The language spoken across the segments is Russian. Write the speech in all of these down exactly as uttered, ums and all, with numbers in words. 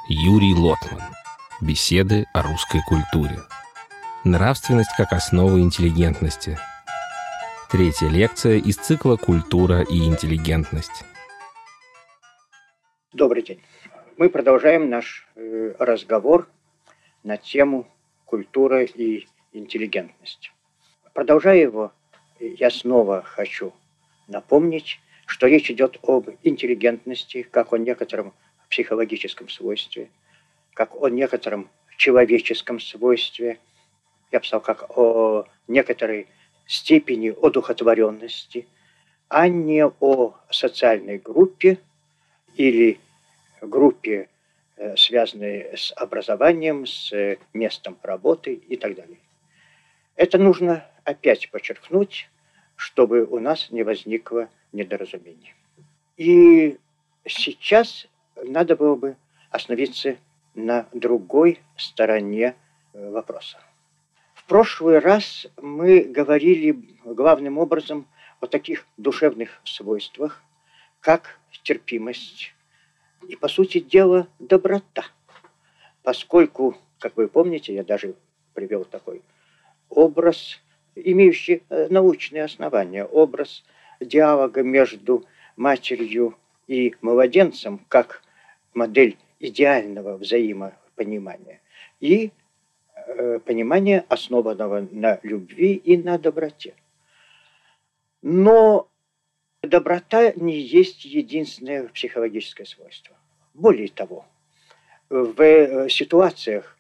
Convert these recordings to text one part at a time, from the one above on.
Юрий Лотман. Беседы о русской культуре. Нравственность как основа интеллигентности. Третья лекция из цикла «Культура и интеллигентность». Добрый день. Мы продолжаем наш э, разговор на тему «Культура и интеллигентность». Продолжая его, я снова хочу напомнить, что речь идет об интеллигентности, как о некотором психологическом свойстве, как о некотором человеческом свойстве, я бы сказал, как о некоторой степени одухотворенности, а не о социальной группе или группе, связанной с образованием, с местом работы и так далее. Это нужно опять подчеркнуть, чтобы у нас не возникло недоразумений. И сейчас надо было бы остановиться на другой стороне вопроса. В прошлый раз мы говорили главным образом о таких душевных свойствах, как терпимость и, по сути дела, доброта. Поскольку, как вы помните, я даже привел такой образ, имеющий научные основания, образ диалога между матерью и младенцем, как модель идеального взаимопонимания и э, понимания, основанного на любви и на доброте. Но доброта не есть единственное психологическое свойство. Более того, в ситуациях,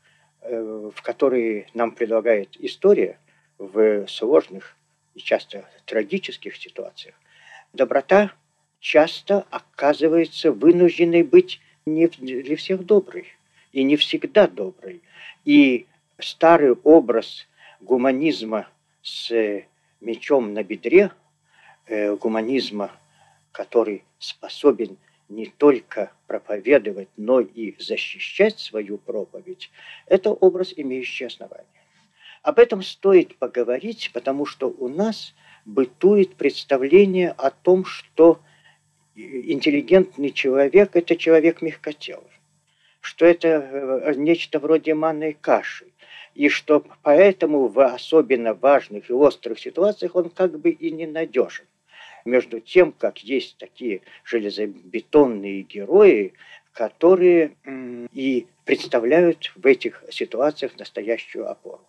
в которые нам предлагает история, в сложных и часто трагических ситуациях, доброта часто оказывается вынужденной быть не для всех доброй и не всегда доброй. И старый образ гуманизма с мечом на бедре, э, гуманизма, который способен не только проповедовать, но и защищать свою проповедь, это образ, имеющий основания. Об этом стоит поговорить, потому что у нас бытует представление о том, что интеллигентный человек – это человек мягкотелый, что это нечто вроде манной каши, и что поэтому в особенно важных и острых ситуациях он как бы и ненадежен. Между тем, как есть такие железобетонные герои, которые и представляют в этих ситуациях настоящую опору.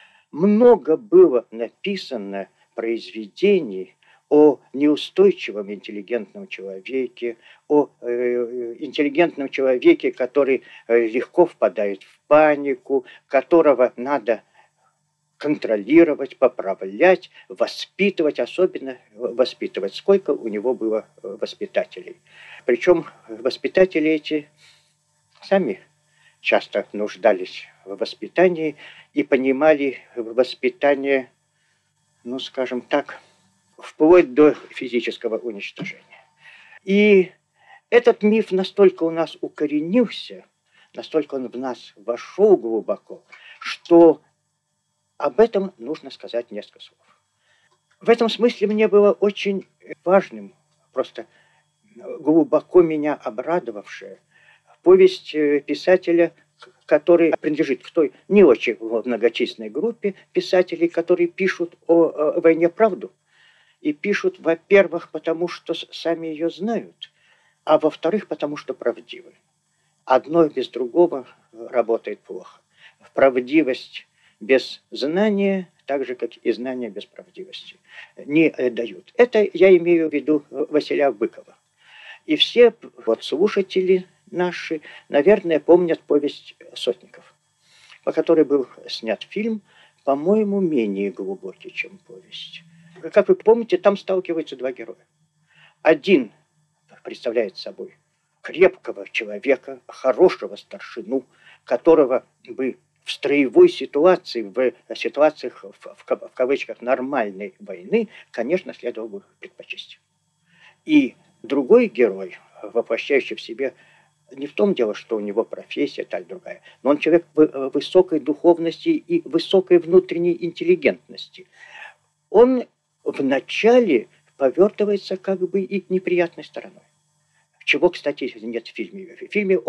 Много было написано произведений о неустойчивом интеллигентном человеке, о э, интеллигентном человеке, который э, легко впадает в панику, которого надо контролировать, поправлять, воспитывать, особенно воспитывать. Сколько у него было воспитателей. Причем воспитатели эти сами часто нуждались в воспитании и понимали воспитание, ну, скажем так, вплоть до физического уничтожения. И этот миф настолько у нас укоренился, настолько он в нас вошел глубоко, что об этом нужно сказать несколько слов. В этом смысле мне было очень важным, просто глубоко меня обрадовавшая повесть писателя, который принадлежит к той не очень многочисленной группе писателей, которые пишут о войне правду. И пишут, во-первых, потому что сами ее знают, а во-вторых, потому что правдивы. Одно без другого работает плохо. Правдивость без знания, так же, как и знания без правдивости, не дают. Это я имею в виду Василия Быкова. И все вот слушатели наши, наверное, помнят повесть «Сотников», по которой был снят фильм, по-моему, менее глубокий, чем повесть. Как вы помните, там сталкиваются два героя. Один представляет собой крепкого человека, хорошего старшину, которого бы в строевой ситуации, в ситуациях, в, в, в кавычках, нормальной войны, конечно, следовало бы предпочесть. И другой герой, воплощающий в себе, не в том дело, что у него профессия, та или другая, но он человек высокой духовности и высокой внутренней интеллигентности. Он вначале повертывается как бы и неприятной стороной. Чего, кстати, нет в фильме. В фильме он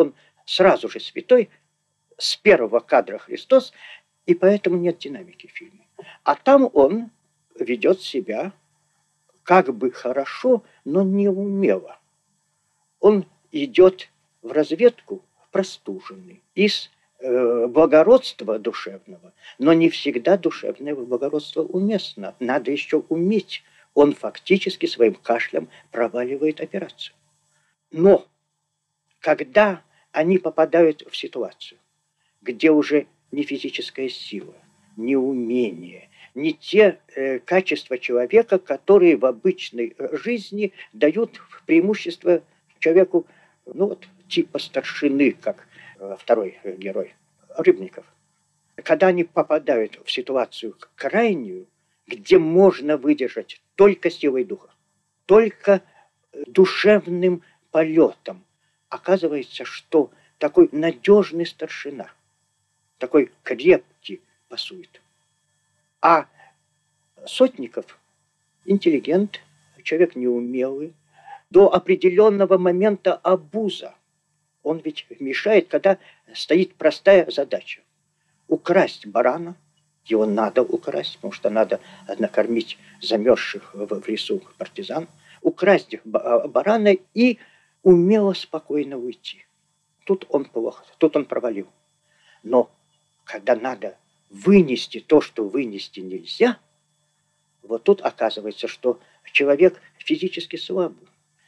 сразу же святой, с первого кадра Христос, и поэтому нет динамики в фильме. А там он ведет себя как бы хорошо, но неумело. Он идет в разведку простуженный, из э, благородства душевного, но не всегда душевное благородство уместно. Надо еще уметь. Он фактически своим кашлем проваливает операцию. Но когда они попадают в ситуацию, где уже не физическая сила, не умение, не те э, качества человека, которые в обычной жизни дают преимущество человеку, ну вот, типа старшины, как э, второй герой, Рыбников. Когда они попадают в ситуацию крайнюю, где можно выдержать только силой духа, только душевным полетом, оказывается, что такой надежный старшина, такой крепкий пасует. А Сотников интеллигент, человек неумелый, до определенного момента обуза. Он ведь мешает, когда стоит простая задача. Украсть барана, его надо украсть, потому что надо накормить замерзших в лесу партизан, украсть барана и умело, спокойно уйти. Тут он плохо, тут он провалил. Но когда надо вынести то, что вынести нельзя, вот тут оказывается, что человек физически слабый,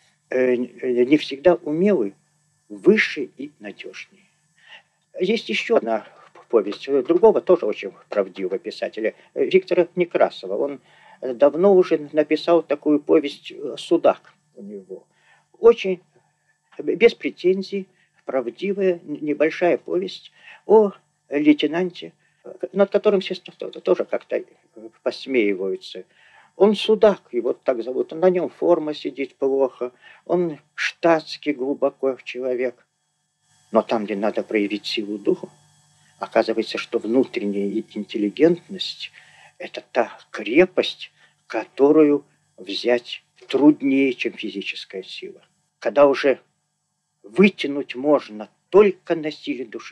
не всегда умелый, выше и надежнее. Есть еще одна повесть другого, тоже очень правдивого писателя, Виктора Некрасова. Он давно уже написал такую повесть «Судак» у него. Очень без претензий, правдивая, небольшая повесть о лейтенанте, над которым все тоже как-то посмеиваются. Он судак, его так зовут, на нем форма сидит плохо, он штатский глубоко человек. Но там, где надо проявить силу духа, оказывается, что внутренняя интеллигентность – это та крепость, которую взять труднее, чем физическая сила. Когда уже вытянуть можно только на силе души.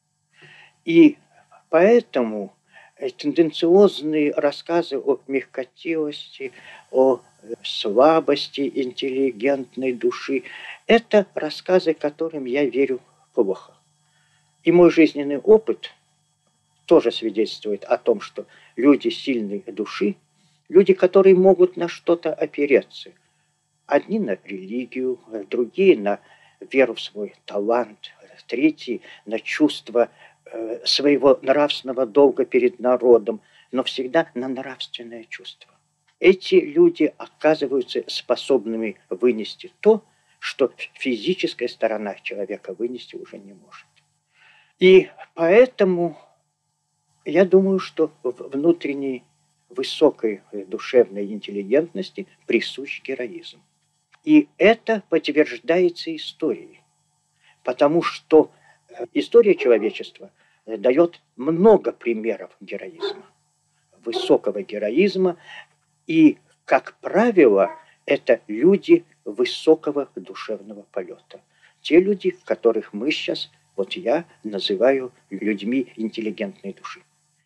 И поэтому тенденциозные рассказы о мягкотелости, о слабости интеллигентной души – это рассказы, которым я верю плохо. И мой жизненный опыт тоже свидетельствует о том, что люди сильной души, люди, которые могут на что-то опереться, одни на религию, другие на веру в свой талант, третьи на чувство своего нравственного долга перед народом, но всегда на нравственное чувство. Эти люди оказываются способными вынести то, что физическая сторона человека вынести уже не может. И поэтому я думаю, что в внутренней высокой душевной интеллигентности присущ героизм. И это подтверждается историей, потому что история человечества дает много примеров героизма, высокого героизма, и, как правило, это люди высокого душевного полета. Те люди, которых мы сейчас, вот я, называю людьми интеллигентной души.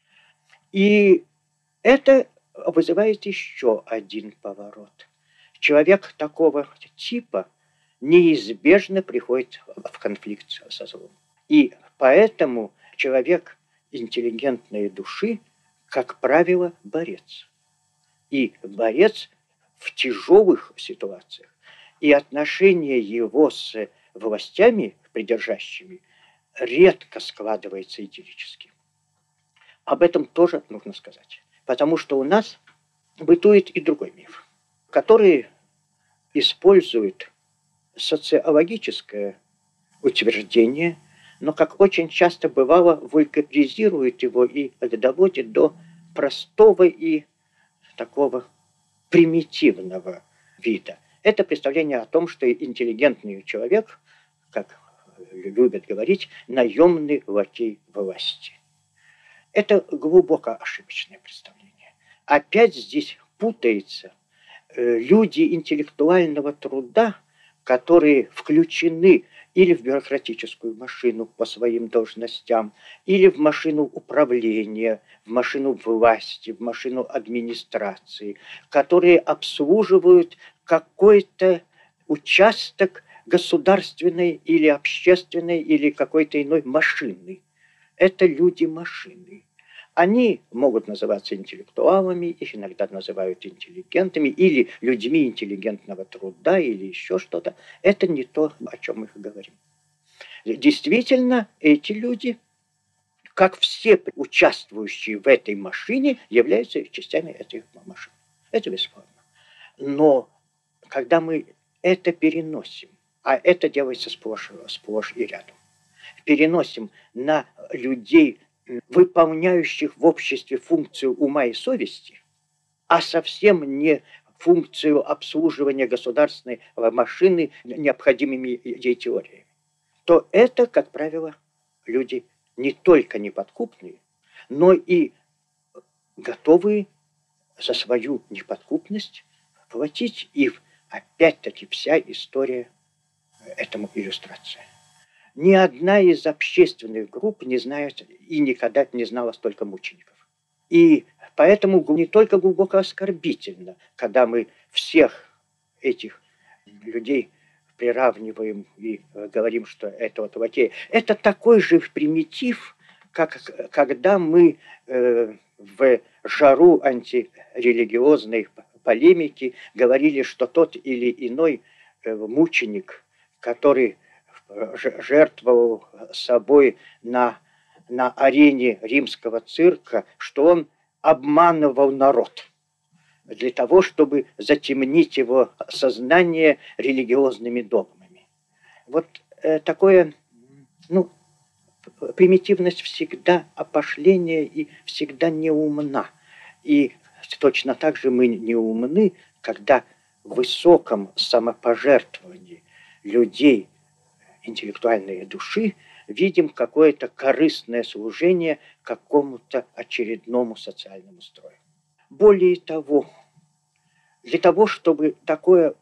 И это вызывает еще один поворот. Человек такого типа неизбежно приходит в конфликт со злом. И поэтому человек интеллигентной души, как правило, борец. И борец в тяжелых ситуациях. И отношение его с властями, придержащими, редко складывается идиллически. Об этом тоже нужно сказать. Потому что у нас бытует и другой миф, который использует социологическое утверждение, но, как очень часто бывало, вульгаризирует его и доводит до простого и такого примитивного вида. Это представление о том, что интеллигентный человек, как любят говорить, наемный лакей власти. Это глубоко ошибочное представление. Опять здесь путается люди интеллектуального труда, которые включены или в бюрократическую машину по своим должностям, или в машину управления, в машину власти, в машину администрации, которые обслуживают какой-то участок государственной или общественной или какой-то иной машины. Это люди-машины. Они могут называться интеллектуалами, их иногда называют интеллигентами, или людьми интеллигентного труда, или еще что-то. Это не то, о чем мы говорим. Действительно, эти люди, как все участвующие в этой машине, являются частями этой машины. Это бесспорно. Но когда мы это переносим, а это делается сплошь, сплошь и рядом, переносим на людей, выполняющих в обществе функцию ума и совести, а совсем не функцию обслуживания государственной машины необходимыми ей теориями, то это, как правило, люди не только неподкупные, но и готовые за свою неподкупность платить. И опять-таки вся история этому иллюстрация. Ни одна из общественных групп не знает и никогда не знала столько мучеников. И поэтому не только глубоко оскорбительно, когда мы всех этих людей приравниваем и говорим, что это вот лакеи. Это такой же примитив, как когда мы э, в жару антирелигиозной полемики говорили, что тот или иной э, мученик, который жертвовал собой на, на арене римского цирка, что он обманывал народ для того, чтобы затемнить его сознание религиозными догмами. Вот э, такое, ну, примитивность всегда опошление и всегда неумна. И точно так же мы не умны, когда в высоком самопожертвовании людей интеллектуальной души видим какое-то корыстное служение какому-то очередному социальному строю. Более того, для того, чтобы такое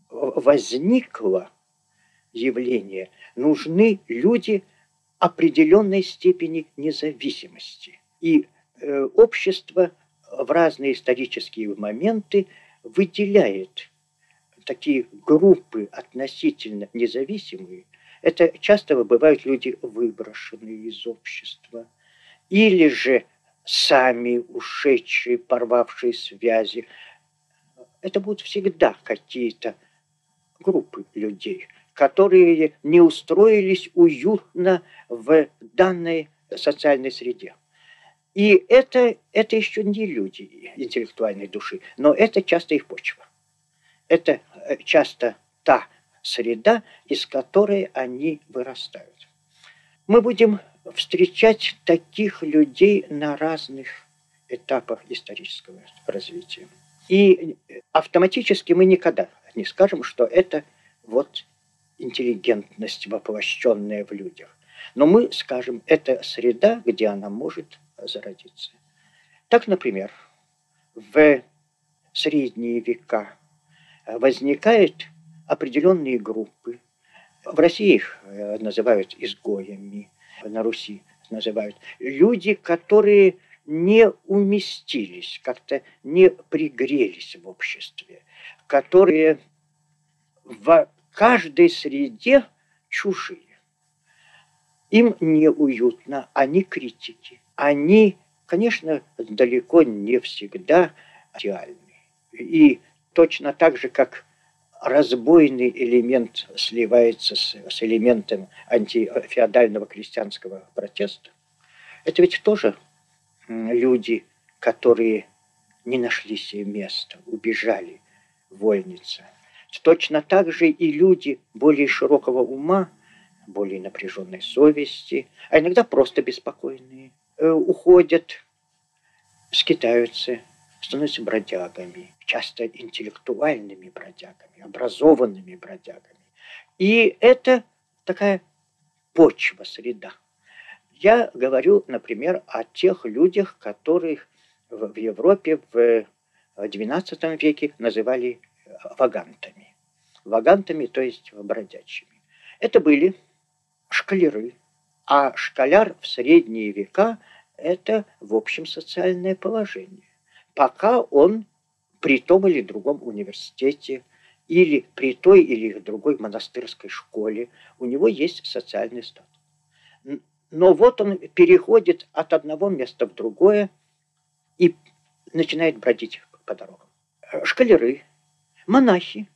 возникло явление, нужны люди определенной степени независимости. И э, общество в разные исторические моменты выделяет такие группы относительно независимые. Это часто бывают люди, выброшенные из общества, или же сами ушедшие, порвавшие связи. Это будут всегда какие-то группы людей, которые не устроились уютно в данной социальной среде. И это, это еще не люди интеллектуальной души, но это часто их почва. Это часто та среда, из которой они вырастают. Мы будем встречать таких людей на разных этапах исторического развития. И автоматически мы никогда не скажем, что это вот интеллигентность, воплощенная в людях. Но мы скажем, это среда, где она может зародиться. Так, например, в средние века возникают определенные группы. В России их называют изгоями, на Руси называют. Люди, которые не уместились, как-то не пригрелись в обществе, которые в каждой среде чужие. Им неуютно, они критики. Они, конечно, далеко не всегда идеальны. И точно так же, как разбойный элемент сливается с, с элементом антифеодального крестьянского протеста, это ведь тоже люди, которые не нашли себе места, убежали в вольницы. Точно так же и люди более широкого ума, более напряженной совести, а иногда просто беспокойные, уходят, скитаются, становятся бродягами, часто интеллектуальными бродягами, образованными бродягами. И это такая почва, среда. Я говорю, например, о тех людях, которых в Европе в двенадцатом веке называли вагантами. Вагантами, то есть бродячими. Это были школяры. А школяр в средние века – это, в общем, социальное положение. Пока он при том или другом университете, или при той или другой монастырской школе, у него есть социальный статус. Но вот он переходит от одного места в другое и начинает бродить по дорогам. Школяры, монахи,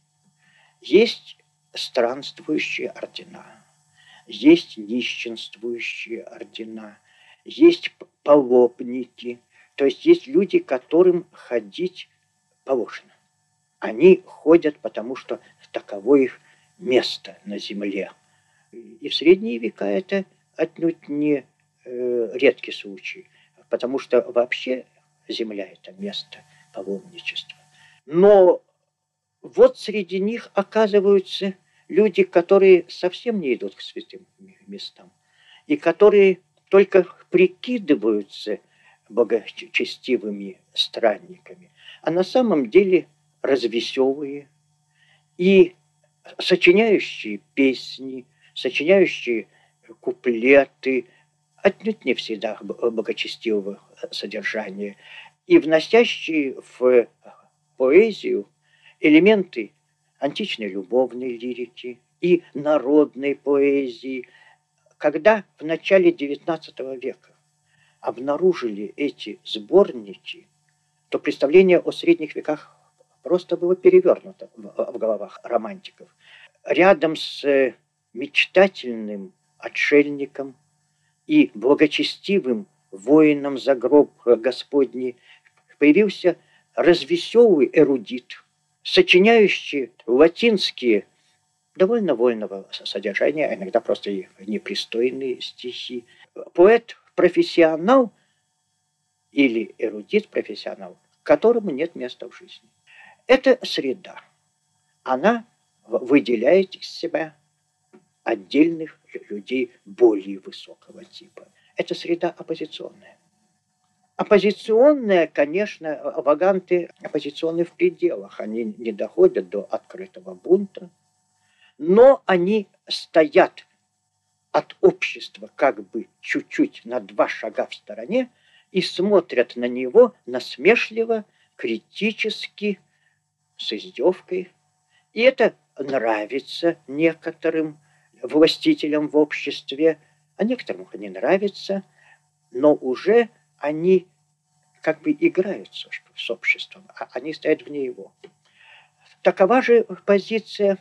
есть странствующие ордена, есть нищенствующие ордена, есть паломники, то есть есть люди, которым ходить положено. Они ходят, потому что таково их место на земле. И в средние века это отнюдь не э, редкий случай, потому что вообще земля – это место паломничества. Но вот среди них оказываются люди, которые совсем не идут к святым местам, и которые только прикидываются богочестивыми странниками, а на самом деле развеселые и сочиняющие песни, сочиняющие куплеты, отнюдь не всегда богочестивого содержания, и вносящие в поэзию элементы античной любовной лирики и народной поэзии. Когда в начале девятнадцатого века обнаружили эти сборники, то представление о средних веках просто было перевернуто в головах романтиков. Рядом с мечтательным отшельником и благочестивым воином за гроб Господний появился развеселый эрудит, сочиняющий латинские, довольно вольного содержания, а иногда просто и непристойные стихи. Поэт-профессионал или эрудит-профессионал, которому нет места в жизни. Эта среда, она выделяет из себя отдельных людей более высокого типа. Это среда оппозиционная. Оппозиционная, конечно, ваганты оппозиционные в пределах. Они не доходят до открытого бунта, но они стоят от общества как бы чуть-чуть на два шага в стороне и смотрят на него насмешливо, критически, с издевкой. И это нравится некоторым властителям в обществе, а некоторым не нравится, но уже они как бы играют с обществом, а они стоят вне его. Такова же позиция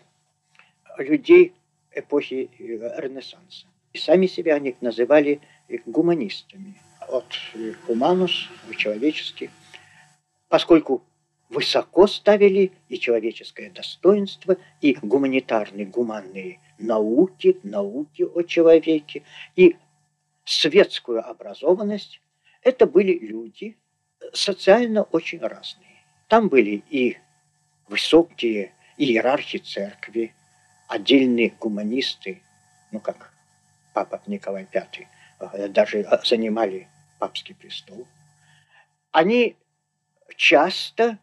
людей эпохи Ренессанса. И сами себя они называли гуманистами. От humanus, человеческий, поскольку высоко ставили и человеческое достоинство, и гуманитарные, гуманные науки, науки о человеке, и светскую образованность. Это были люди социально очень разные. Там были и высокие иерархи церкви, отдельные гуманисты, ну как папа Николай Пятый, даже занимали папский престол. Они часто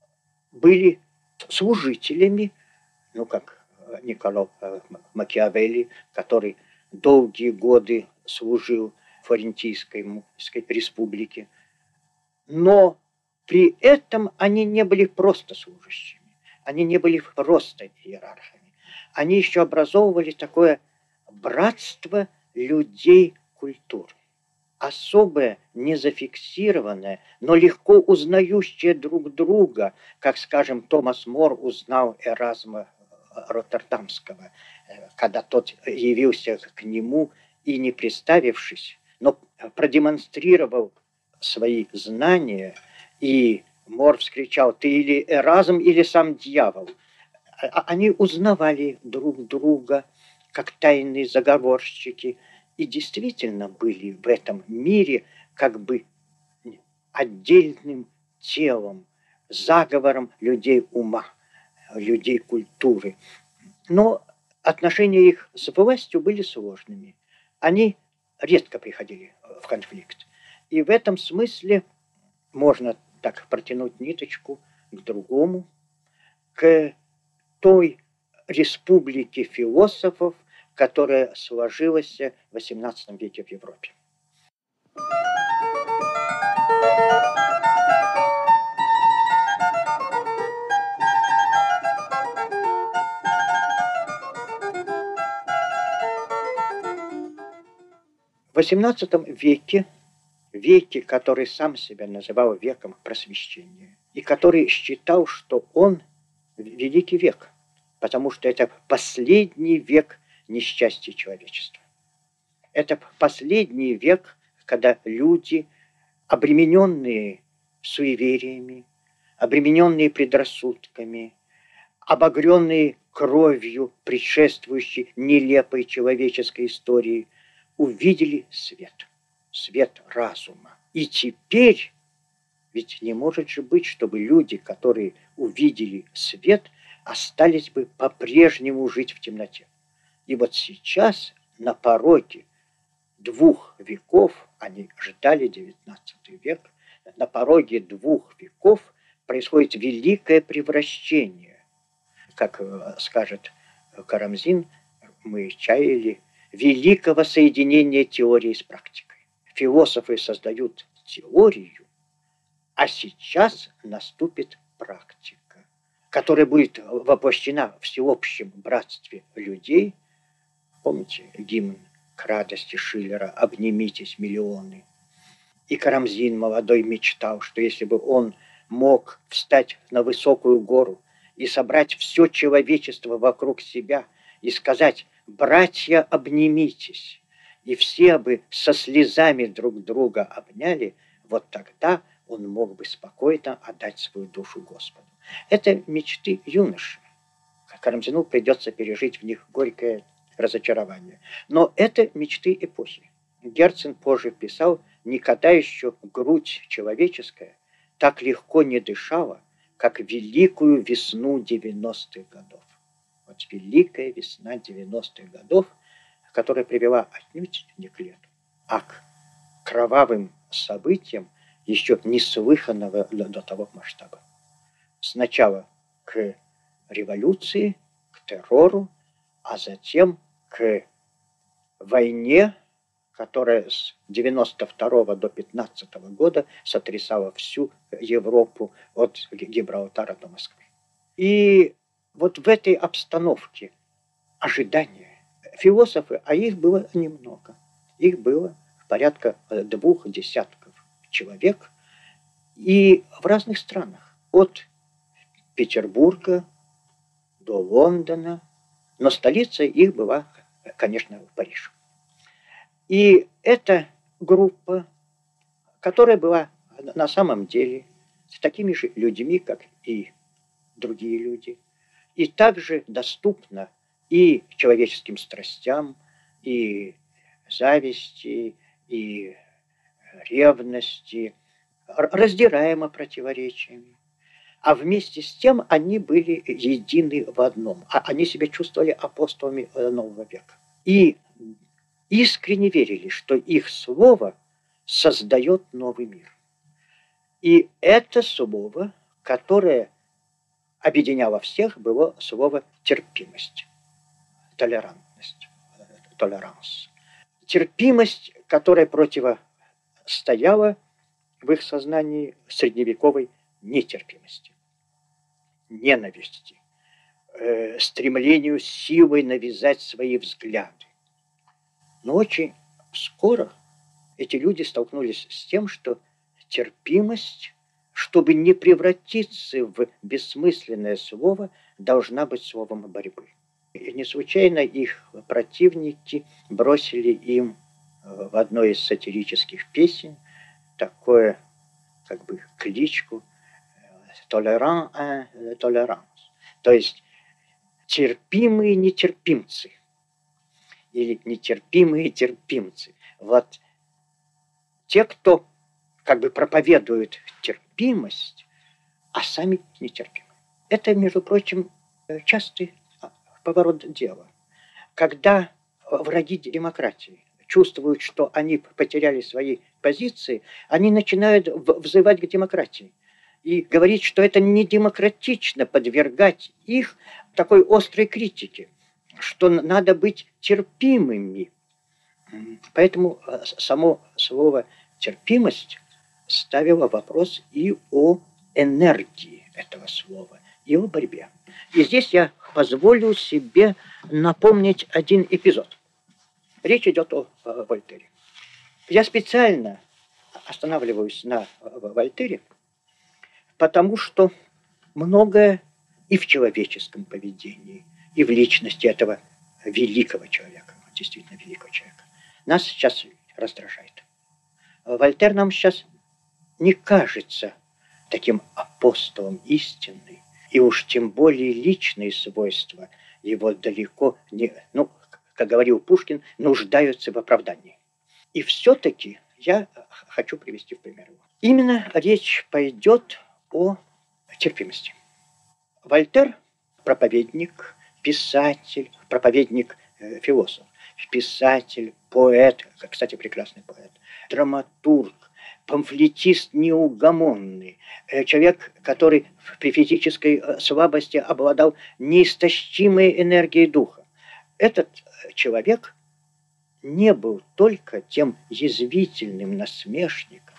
были служителями, ну как Николо Макиавелли, который долгие годы служил Флорентийской республике. Но при этом они не были просто служащими, они не были просто иерархами. Они еще образовывали такое братство людей культуры. Особое, незафиксированное, но легко узнающее друг друга, как, скажем, Томас Мор узнал Эразма Роттердамского, когда тот явился к нему и, не представившись, но продемонстрировал свои знания, и Мор вскричал: «Ты или Эразм, или сам дьявол». Они узнавали друг друга, как тайные заговорщики, и действительно были в этом мире как бы отдельным телом, заговором людей ума, людей культуры. Но отношения их с властью были сложными. Они редко приходили в конфликт. И в этом смысле можно так протянуть ниточку к другому, к той республике философов, которая сложилась в восемнадцатом веке в Европе. В восемнадцатом веке, веке, который сам себя называл веком просвещения, и который считал, что он великий век, потому что это последний век несчастья человечества. Это последний век, когда люди, обремененные суевериями, обремененные предрассудками, обогренные кровью предшествующей нелепой человеческой истории, увидели свет, свет разума. И теперь, ведь не может же быть, чтобы люди, которые увидели свет, остались бы по-прежнему жить в темноте. И вот сейчас на пороге двух веков, они ждали девятнадцатый век, на пороге двух веков происходит великое превращение. Как скажет Карамзин, мы чаяли великого соединения теории с практикой. Философы создают теорию, а сейчас наступит практика, которая будет воплощена в всеобщем братстве людей. Помните гимн к радости Шиллера «Обнимитесь, миллионы». И Карамзин молодой мечтал, что если бы он мог встать на высокую гору и собрать все человечество вокруг себя и сказать: «Братья, обнимитесь», и все бы со слезами друг друга обняли, вот тогда он мог бы спокойно отдать свою душу Господу. Это мечты юноши. Карамзину придется пережить в них горькое разочарование. Но это мечты эпохи. Герцен позже писал: «Никогда еще грудь человеческая так легко не дышала, как великую весну девяностых годов». Вот великая весна девяностых годов, которая привела отнюдь не к лету, а к кровавым событиям еще неслыханного до того масштаба. Сначала к революции, к террору, а затем к войне, которая с девяносто второго до пятнадцатого года сотрясала всю Европу от Гибралтара до Москвы. И вот в этой обстановке ожидания философы, а их было немного, их было порядка двух десятков человек, и в разных странах, от Петербурга до Лондона, но столица их была, конечно, Париж. И эта группа, которая была на самом деле с такими же людьми, как и другие люди, и также доступна и человеческим страстям, и зависти, и ревности, раздираемо противоречиями. А вместе с тем они были едины в одном. А они себя чувствовали апостолами нового века. И искренне верили, что их слово создает новый мир. И это слово, которое объединяло всех, было слово терпимость, толерантность, толеранс. Терпимость, которая противостояла в их сознании средневековой нетерпимости, ненависти, э, стремлению силой навязать свои взгляды. Но очень скоро эти люди столкнулись с тем, что терпимость, чтобы не превратиться в бессмысленное слово, должна быть словом борьбы. И не случайно их противники бросили им в одной из сатирических песен такое, как бы, кличку «Толерант и толеранс», то есть терпимые нетерпимцы или нетерпимые терпимцы. Вот те, кто как бы проповедуют терпимость, а сами нетерпимы. Это, между прочим, частый поворот дела. Когда враги демократии чувствуют, что они потеряли свои позиции, они начинают взывать к демократии и говорить, что это не демократично подвергать их такой острой критике. что надо быть терпимыми. Поэтому само слово «терпимость» ставило вопрос и о энергии этого слова, и о борьбе. И здесь я позволю себе напомнить один эпизод. Речь идет о Вольтере. Я специально останавливаюсь на Вольтере, потому что многое и в человеческом поведении, и в личности этого великого человека, действительно великого человека, нас сейчас раздражает. Вольтер нам сейчас не кажется таким апостолом истины, и уж тем более личные свойства его далеко не, ну, как говорил Пушкин, нуждаются в оправдании. И все-таки я хочу привести в пример его. Именно речь пойдет о терпимости. Вольтер – проповедник, писатель, проповедник, э, философ, писатель, поэт, кстати, прекрасный поэт, драматург, памфлетист неугомонный, э, человек, который при физической э, слабости обладал неистощимой энергией духа. Этот человек не был только тем язвительным насмешником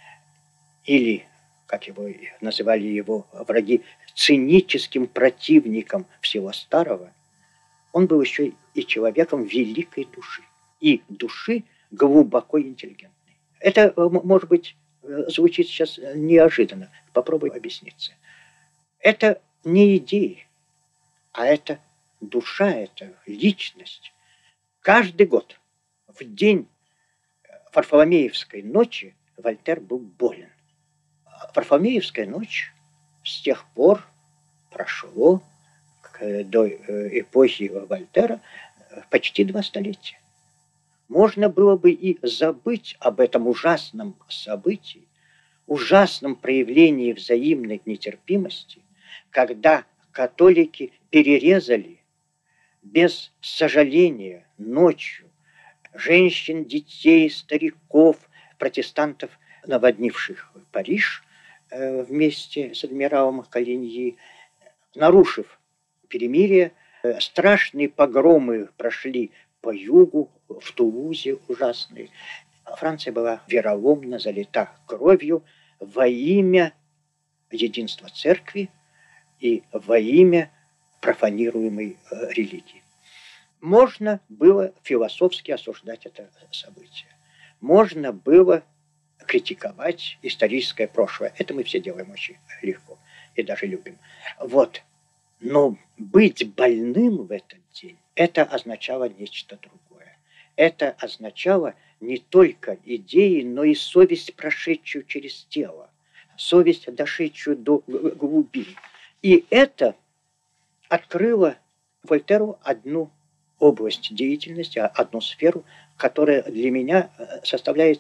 или, как его называли его враги, циническим противником всего старого, он был еще и человеком великой души, и души глубоко интеллигентной. Это, может быть, звучит сейчас неожиданно. Попробуй объясниться. Это не идеи, а это душа, это личность. Каждый год в день Варфоломеевской ночи Вольтер был болен. Варфоломеевская ночь с тех пор прошло до эпохи Вольтера почти два столетия. Можно было бы и забыть об этом ужасном событии, ужасном проявлении взаимной нетерпимости, когда католики перерезали без сожаления ночью женщин, детей, стариков, протестантов, наводнивших Париж э, вместе с адмиралом Калиньи, нарушив перемирие. Э, страшные погромы прошли по югу, в Тулузе ужасные. Франция была вероломно залита кровью во имя единства церкви и во имя профанируемой э, религии. Можно было философски осуждать это событие. Можно было критиковать историческое прошлое. Это мы все делаем очень легко и даже любим. Вот. Но быть больным в этот день, это означало нечто другое. Это означало не только идеи, но и совесть, прошедшую через тело. Совесть, дошедшую до глубин. И это открыло Вольтеру одну область деятельности, одну сферу, которая для меня составляет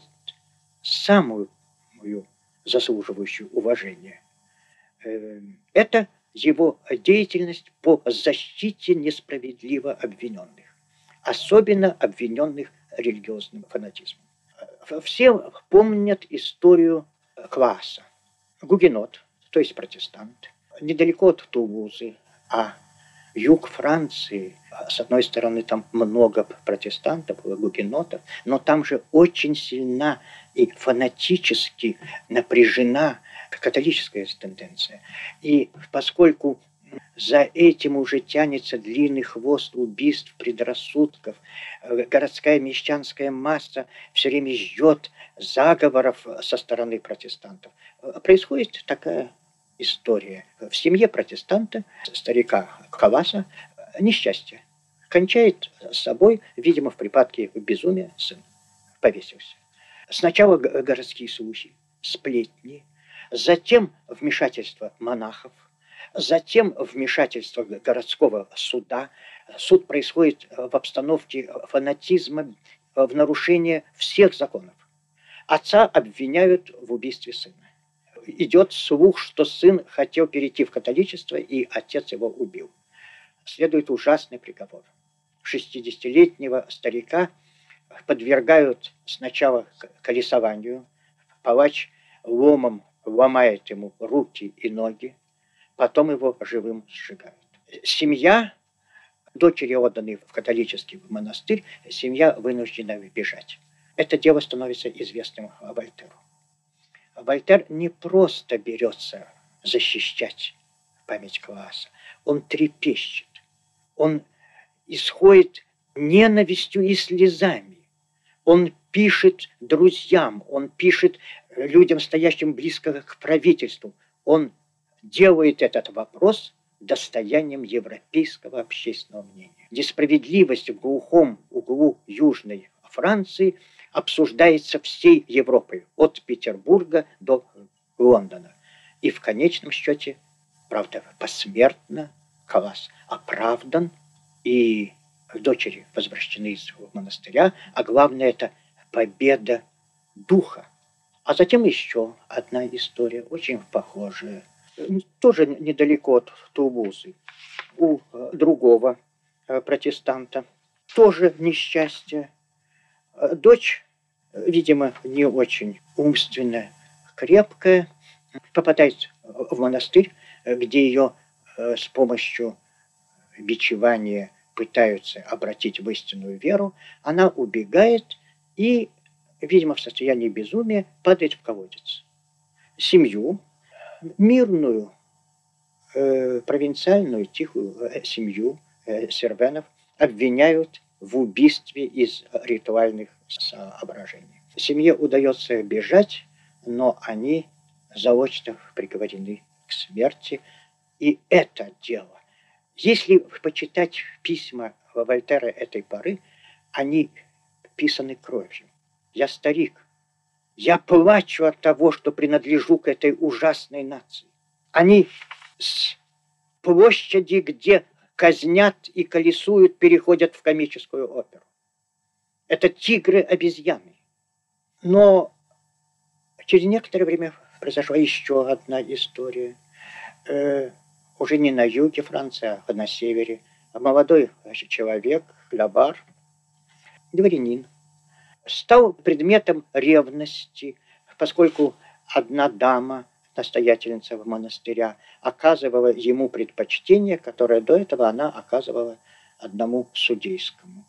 самую мою заслуживающую уважения. Это его деятельность по защите несправедливо обвиненных, особенно обвиненных религиозным фанатизмом. Все помнят историю Клааса, гугенот, то есть протестант, недалеко от Тулузы, а юг Франции, с одной стороны, там много протестантов, гугенотов, но там же очень сильна и фанатически напряжена католическая тенденция. И поскольку за этим уже тянется длинный хвост убийств, предрассудков, городская мещанская масса все время ждет заговоров со стороны протестантов, происходит такая история. В семье протестанта, старика Клааса, несчастье. Кончает с собой, видимо, в припадке безумия, сын повесился. Сначала городские слухи, сплетни, затем вмешательство монахов, затем вмешательство городского суда. Суд происходит в обстановке фанатизма, в нарушении всех законов. Отца обвиняют в убийстве сына. Идет слух, что сын хотел перейти в католичество, и отец его убил. Следует ужасный приговор. шестидесятилетнего старика подвергают сначала колесованию, палач ломом ломает ему руки и ноги, потом его живым сжигают. Семья дочери отданы в католический монастырь, семья вынуждена бежать. Это дело становится известным Вольтеру. Вольтер не просто берется защищать память класса, он трепещет, он исходит ненавистью и слезами. Он пишет друзьям, он пишет людям, стоящим близко к правительству. Он делает этот вопрос достоянием европейского общественного мнения. Несправедливость в глухом углу Южной Франции обсуждается всей Европой, от Петербурга до Лондона. И в конечном счете, правда, посмертно класс оправдан, и дочери возвращены из монастыря, а главное, это победа духа. А затем еще одна история, очень похожая, тоже недалеко от Тулузы, у другого протестанта, тоже несчастье. Дочь, видимо, не очень умственная, крепкая, попадает в монастырь, где ее с помощью бичевания пытаются обратить в истинную веру. Она убегает и, видимо, в состоянии безумия падает в колодец. Семью, мирную, э, провинциальную, тихую э, семью э, сервенов обвиняют в убийстве из ритуальных соображений. Семье удается бежать, но они заочно приговорены к смерти. И это дело, если почитать письма Вольтера этой поры, они писаны кровью. Я старик, я плачу от того, что принадлежу к этой ужасной нации. Они с площади, где казнят и колесуют, переходят в комическую оперу. Это тигры-обезьяны. Но через некоторое время произошла еще одна история. Э, уже не на юге Франции, а на севере. Молодой человек, Лабар, дворянин, стал предметом ревности, поскольку одна дама, настоятельница монастыря, оказывала ему предпочтение, которое до этого она оказывала одному судейскому.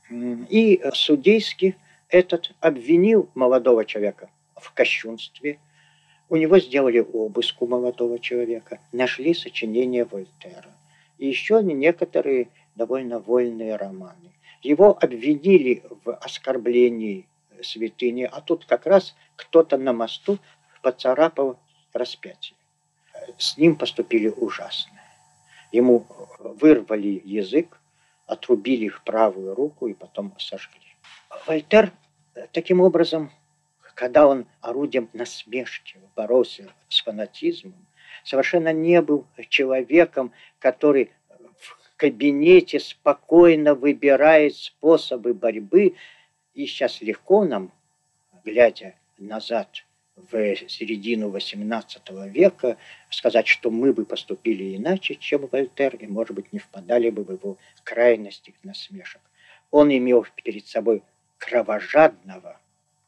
И судейский этот обвинил молодого человека в кощунстве. У него сделали обыск у молодого человека, нашли сочинения Вольтера. И еще некоторые довольно вольные романы. Его обвинили в оскорблении святыни, а тут как раз кто-то на мосту поцарапал распятие. С ним поступили ужасно. Ему вырвали язык, отрубили в правую руку и потом сожгли. Вольтер таким образом, когда он орудием насмешки боролся с фанатизмом, совершенно не был человеком, который в кабинете спокойно выбирает способы борьбы. И сейчас легко нам, глядя назад в середину восемнадцатого века, сказать, что мы бы поступили иначе, чем Вольтер, и, может быть, не впадали бы в его крайности насмешек. Он имел перед собой кровожадного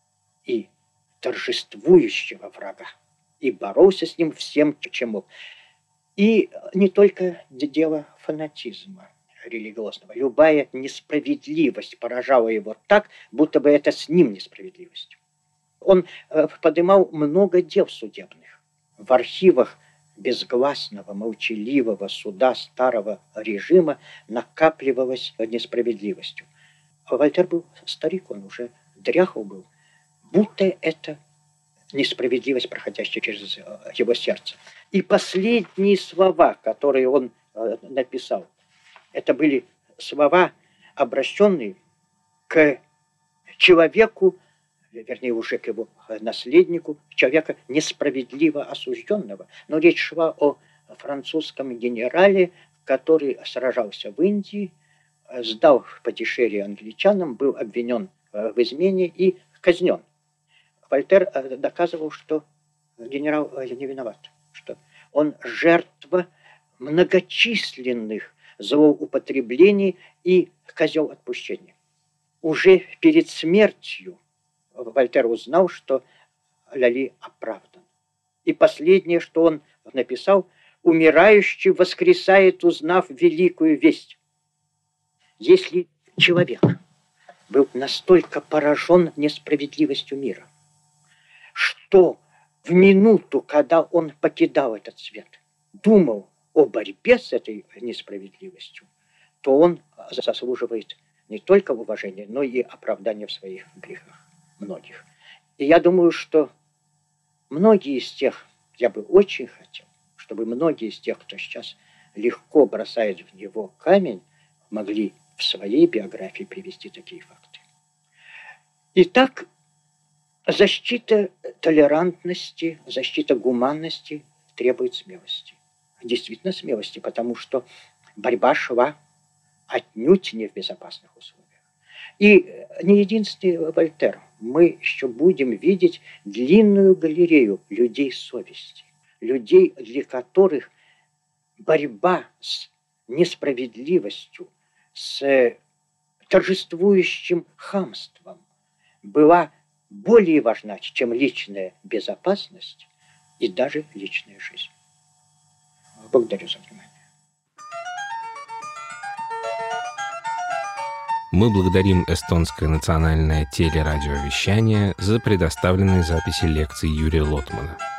и торжествующего врага, и боролся с ним всем, чем мог. И не только дело фанатизма религиозного. Любая несправедливость поражала его так, будто бы это с ним несправедливость. Он поднимал много дел судебных. В архивах безгласного, молчаливого суда старого режима накапливалась несправедливостью. Вольтер был старик, он уже дряхл был, будто это несправедливость, проходящая через его сердце. И последние слова, которые он написал, это были слова, обращенные к человеку, вернее, уже к его наследнику, человека несправедливо осужденного. Но речь шла о французском генерале, который сражался в Индии, сдал Патишери англичанам, был обвинен в измене и казнен. Вольтер доказывал, что генерал не виноват, что он жертва многочисленных злоупотреблений и козел отпущения. Уже перед смертью Вольтер узнал, что Лали оправдан. И последнее, что он написал: «Умирающий воскресает, узнав великую весть». Если человек был настолько поражен несправедливостью мира, что в минуту, когда он покидал этот свет, думал о борьбе с этой несправедливостью, то он заслуживает не только уважения, но и оправдания в своих грехах. Многих. И я думаю, что многие из тех, я бы очень хотел, чтобы многие из тех, кто сейчас легко бросает в него камень, могли в своей биографии привести такие факты. Итак, защита толерантности, защита гуманности требует смелости. Действительно смелости, потому что борьба шла отнюдь не в безопасных условиях. И не единственный Вольтер. Мы еще будем видеть длинную галерею людей совести, людей, для которых борьба с несправедливостью, с торжествующим хамством была более важна, чем личная безопасность и даже личная жизнь. Благодарю за внимание. Мы благодарим Эстонское национальное телерадиовещание за предоставленные записи лекций Юрия Лотмана.